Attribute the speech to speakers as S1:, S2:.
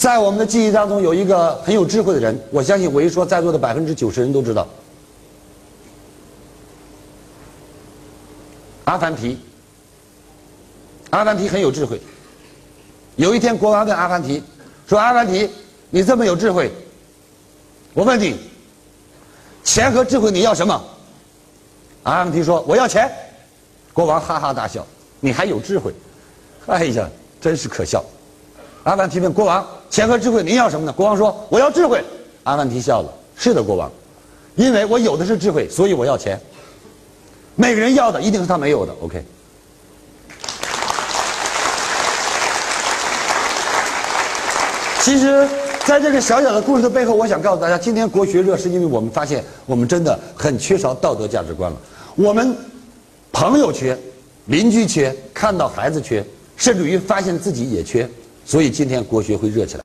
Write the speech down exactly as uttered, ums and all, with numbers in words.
S1: 在我们的记忆当中有一个很有智慧的人，我相信我一说，在座的百分之九十人都知道，阿凡提。阿凡提很有智慧。有一天，国王问阿凡提说：“阿凡提，你这么有智慧，我问你，钱和智慧你要什么？”阿凡提说：“我要钱。”国王哈哈大笑：“你还有智慧？哎呀，真是可笑。”阿凡提问国王：“钱和智慧您要什么呢？”国王说：“我要智慧。”阿凡提笑了：“是的，国王，因为我有的是智慧，所以我要钱。每个人要的一定是他没有的。” OK。其实，在这个小小的故事的背后，我想告诉大家，今天国学热，是因为我们发现我们真的很缺少道德价值观了。我们朋友缺，邻居缺，看到孩子缺，甚至于发现自己也缺，所以今天国学会热起来。